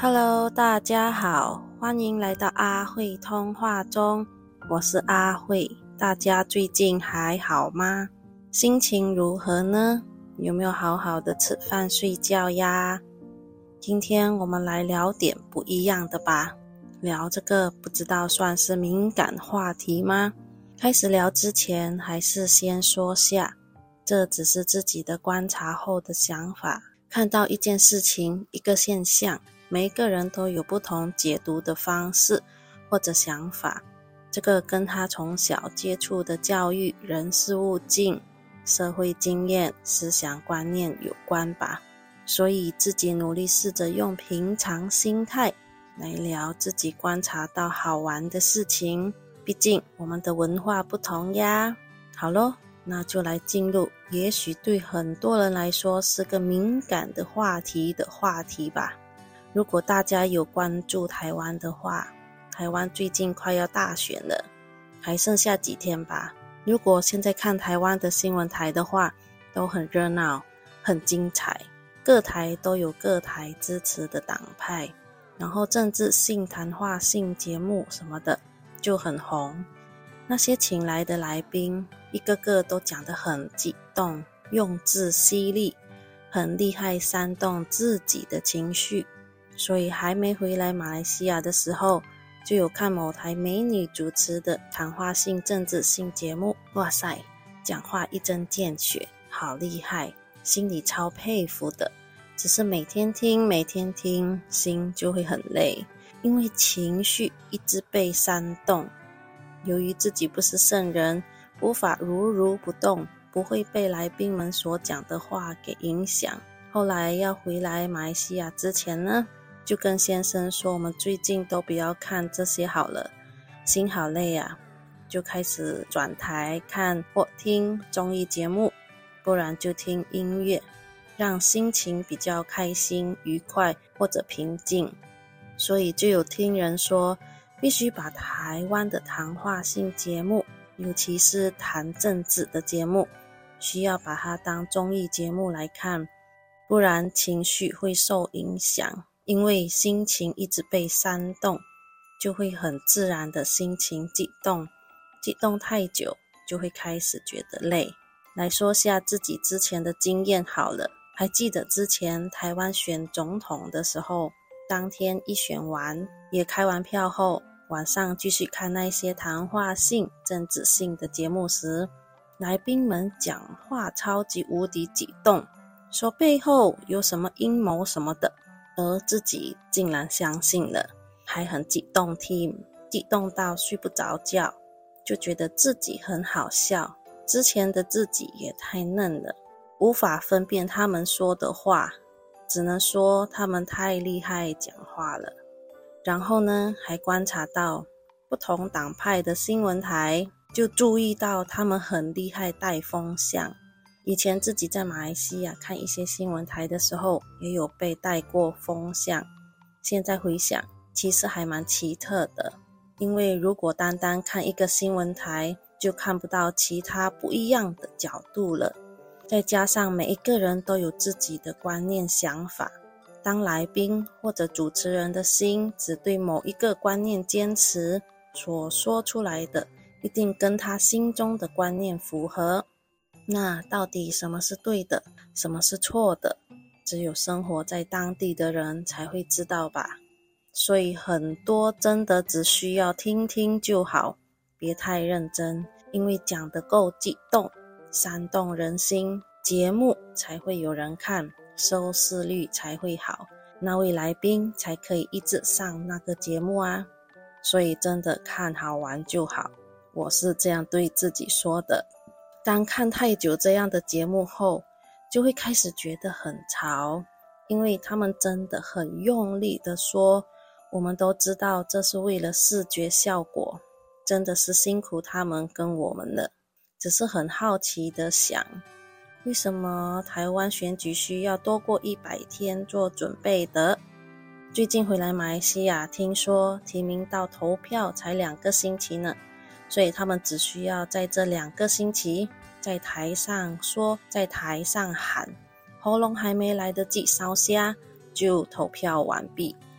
Hello， 大家好，欢迎来到阿慧通话中，我是阿慧。大家最近还好吗？心情如何呢？有没有好好的吃饭睡觉呀？今天我们来聊点不一样的吧。聊这个不知道算是敏感话题吗？开始聊之前，还是先说下，这只是自己的观察后的想法。看到一件事情，一个现象，每一个人都有不同解读的方式或者想法，这个跟他从小接触的教育、人事物境、社会经验、思想观念有关吧。所以自己努力试着用平常心态来聊自己观察到好玩的事情，毕竟我们的文化不同呀。好咯，那就来进入也许对很多人来说是个敏感的话题吧。如果大家有关注台湾的话，台湾最近快要大选了，还剩下几天吧。如果现在看台湾的新闻台的话，都很热闹，很精彩，各台都有各台支持的党派，然后政治性、谈话性节目什么的就很红。那些请来的来宾一个个都讲得很激动，用字犀利，很厉害煽动自己的情绪。所以还没回来马来西亚的时候，就有看某台美女主持的谈话性政治性节目，哇塞，讲话一针见血，好厉害，心里超佩服的。只是每天听，心就会很累，因为情绪一直被煽动。由于自己不是圣人，无法如不动，不会被来宾们所讲的话给影响。后来要回来马来西亚之前呢，就跟先生说我们最近都不要看这些好了，心好累啊，就开始转台看或听综艺节目，不然就听音乐，让心情比较开心愉快或者平静。所以就有听人说必须把台湾的谈话性节目，尤其是谈政治的节目，需要把它当综艺节目来看，不然情绪会受影响，因为心情一直被煽动，就会很自然的心情激动太久就会开始觉得累。来说下自己之前的经验好了，还记得之前台湾选总统的时候，当天一选完也开完票后，晚上继续看那些谈话性政治性的节目时，来宾们讲话超级无敌激动，说背后有什么阴谋什么的，而自己竟然相信了，还很激动听，激动到睡不着觉，就觉得自己很好笑，之前的自己也太嫩了，无法分辨他们说的话，只能说他们太厉害讲话了。然后呢，还观察到不同党派的新闻台，就注意到他们很厉害带风向。以前自己在马来西亚看一些新闻台的时候，也有被带过风向。现在回想，其实还蛮奇特的，因为如果单单看一个新闻台，就看不到其他不一样的角度了。再加上每一个人都有自己的观念想法，当来宾或者主持人的心只对某一个观念坚持，所说出来的一定跟他心中的观念符合。那到底什么是对的，什么是错的，只有生活在当地的人才会知道吧。所以很多真的只需要听听就好，别太认真，因为讲得够激动，煽动人心，节目才会有人看，收视率才会好，那位来宾才可以一直上那个节目啊。所以真的看好玩就好，我是这样对自己说的。当看太久这样的节目后，就会开始觉得很潮，因为他们真的很用力的说，我们都知道这是为了视觉效果，真的是辛苦他们跟我们了。只是很好奇的想，为什么台湾选举需要多过100天做准备的？最近回来马来西亚，听说提名到投票才2个星期呢，所以他们只需要在这2个星期，在台上说，在台上喊，喉咙还没来得及烧瞎，就投票完毕，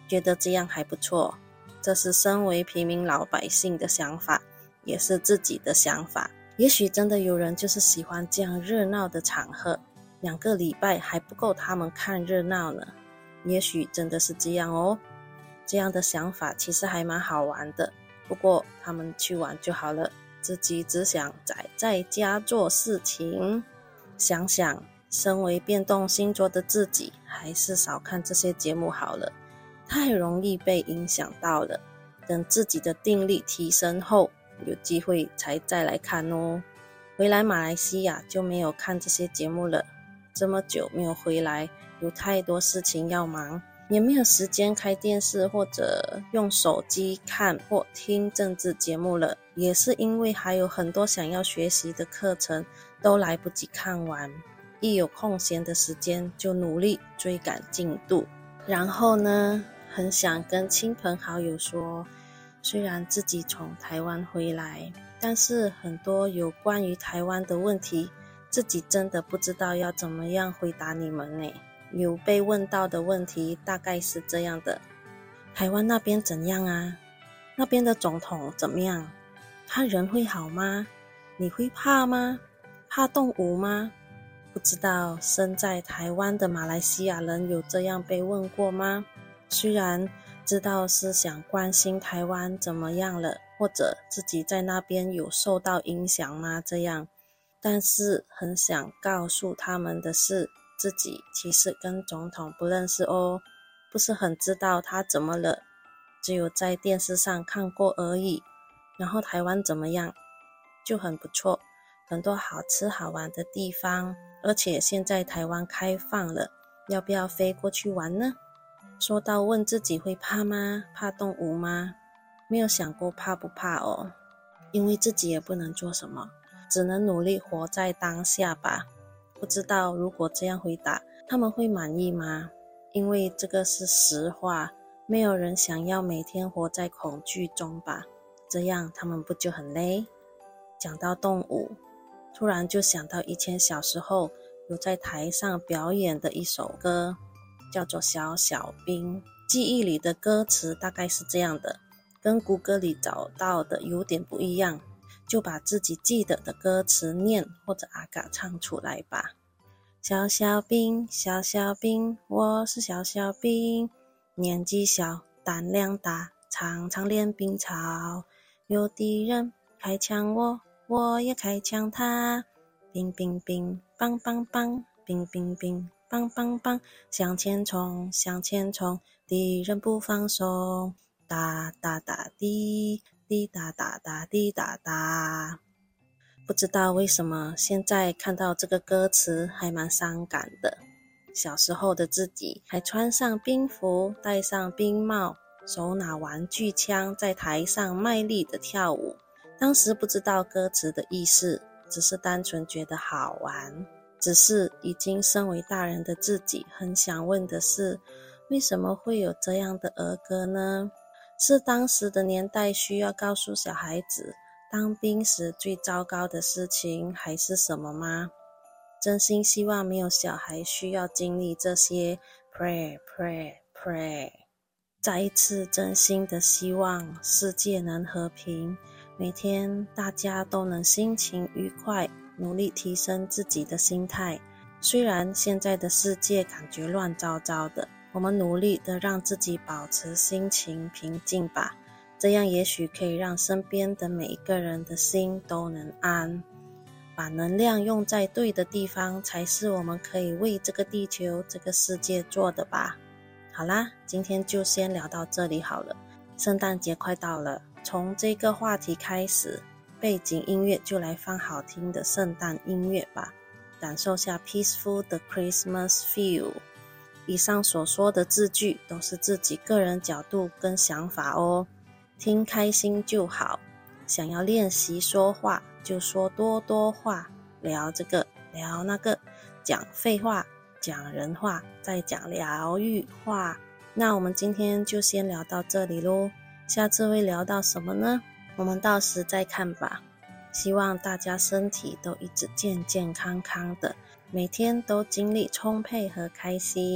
觉得这样还不错。这是身为平民老百姓的想法，也是自己的想法。也许真的有人就是喜欢这样热闹的场合，2个礼拜还不够他们看热闹呢。也许真的是这样哦。这样的想法其实还蛮好玩的，不过他们去玩就好了，自己只想宅在家做事情。想想身为变动星座的自己，还是少看这些节目好了，太容易被影响到了。等自己的定力提升后，有机会才再来看哦。回来马来西亚就没有看这些节目了，这么久没有回来，有太多事情要忙，也没有时间开电视或者用手机看或听政治节目了。也是因为还有很多想要学习的课程都来不及看完，一有空闲的时间就努力追赶进度。然后呢，很想跟亲朋好友说，虽然自己从台湾回来，但是很多有关于台湾的问题，自己真的不知道要怎么样回答你们呢。有被问到的问题大概是这样的：台湾那边怎样啊？那边的总统怎么样？他人会好吗？你会怕吗？怕动物吗？不知道身在台湾的马来西亚人有这样被问过吗？虽然知道是想关心台湾怎么样了，或者自己在那边有受到影响吗？这样，但是很想告诉他们的是，自己其实跟总统不认识哦，不是很知道他怎么了，只有在电视上看过而已。然后台湾怎么样？就很不错，很多好吃好玩的地方，而且现在台湾开放了，要不要飞过去玩呢？说到问自己会怕吗？怕动物吗？没有想过怕不怕哦，因为自己也不能做什么，只能努力活在当下吧。不知道如果这样回答，他们会满意吗？因为这个是实话，没有人想要每天活在恐惧中吧，这样他们不就很累？讲到动物，突然就想到以前小时候有在台上表演的一首歌，叫做小小兵。记忆里的歌词大概是这样的，跟谷歌里找到的有点不一样，就把自己记得的歌词念或者阿嘎唱出来吧。小小兵，小小兵，我是小小兵，年纪小，胆量大，常常练兵操。有敌人开枪我也开枪他。兵兵兵，棒棒棒，兵兵兵，棒棒棒，向前冲，向前冲，敌人不放松。哒哒哒滴，滴哒哒哒滴哒哒。不知道为什么现在看到这个歌词还蛮伤感的。小时候的自己还穿上兵服，戴上兵帽，手拿玩具枪，在台上卖力的跳舞。当时不知道歌词的意思，只是单纯觉得好玩。只是已经身为大人的自己很想问的是，为什么会有这样的儿歌呢？是当时的年代需要告诉小孩子当兵时最糟糕的事情，还是什么吗？真心希望没有小孩需要经历这些。 Pray pray pray。 再一次真心的希望世界能和平，每天大家都能心情愉快，努力提升自己的心态。虽然现在的世界感觉乱糟糟的，我们努力的让自己保持心情平静吧，这样也许可以让身边的每一个人的心都能安。把能量用在对的地方，才是我们可以为这个地球这个世界做的吧。好啦，今天就先聊到这里好了。圣诞节快到了，从这个话题开始，背景音乐就来放好听的圣诞音乐吧，感受下 peaceful 的 Christmas feel。 以上所说的字句都是自己个人角度跟想法哦，听开心就好。想要练习说话就说多多话，聊这个聊那个，讲废话讲人话，再讲疗愈话。那我们今天就先聊到这里咯，下次会聊到什么呢？我们到时再看吧。希望大家身体都一直健健康康的，每天都精力充沛和开心。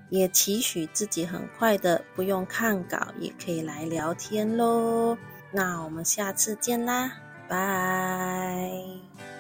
也期许自己很快的不用看稿也可以来聊天咯。那我们下次见啦，拜。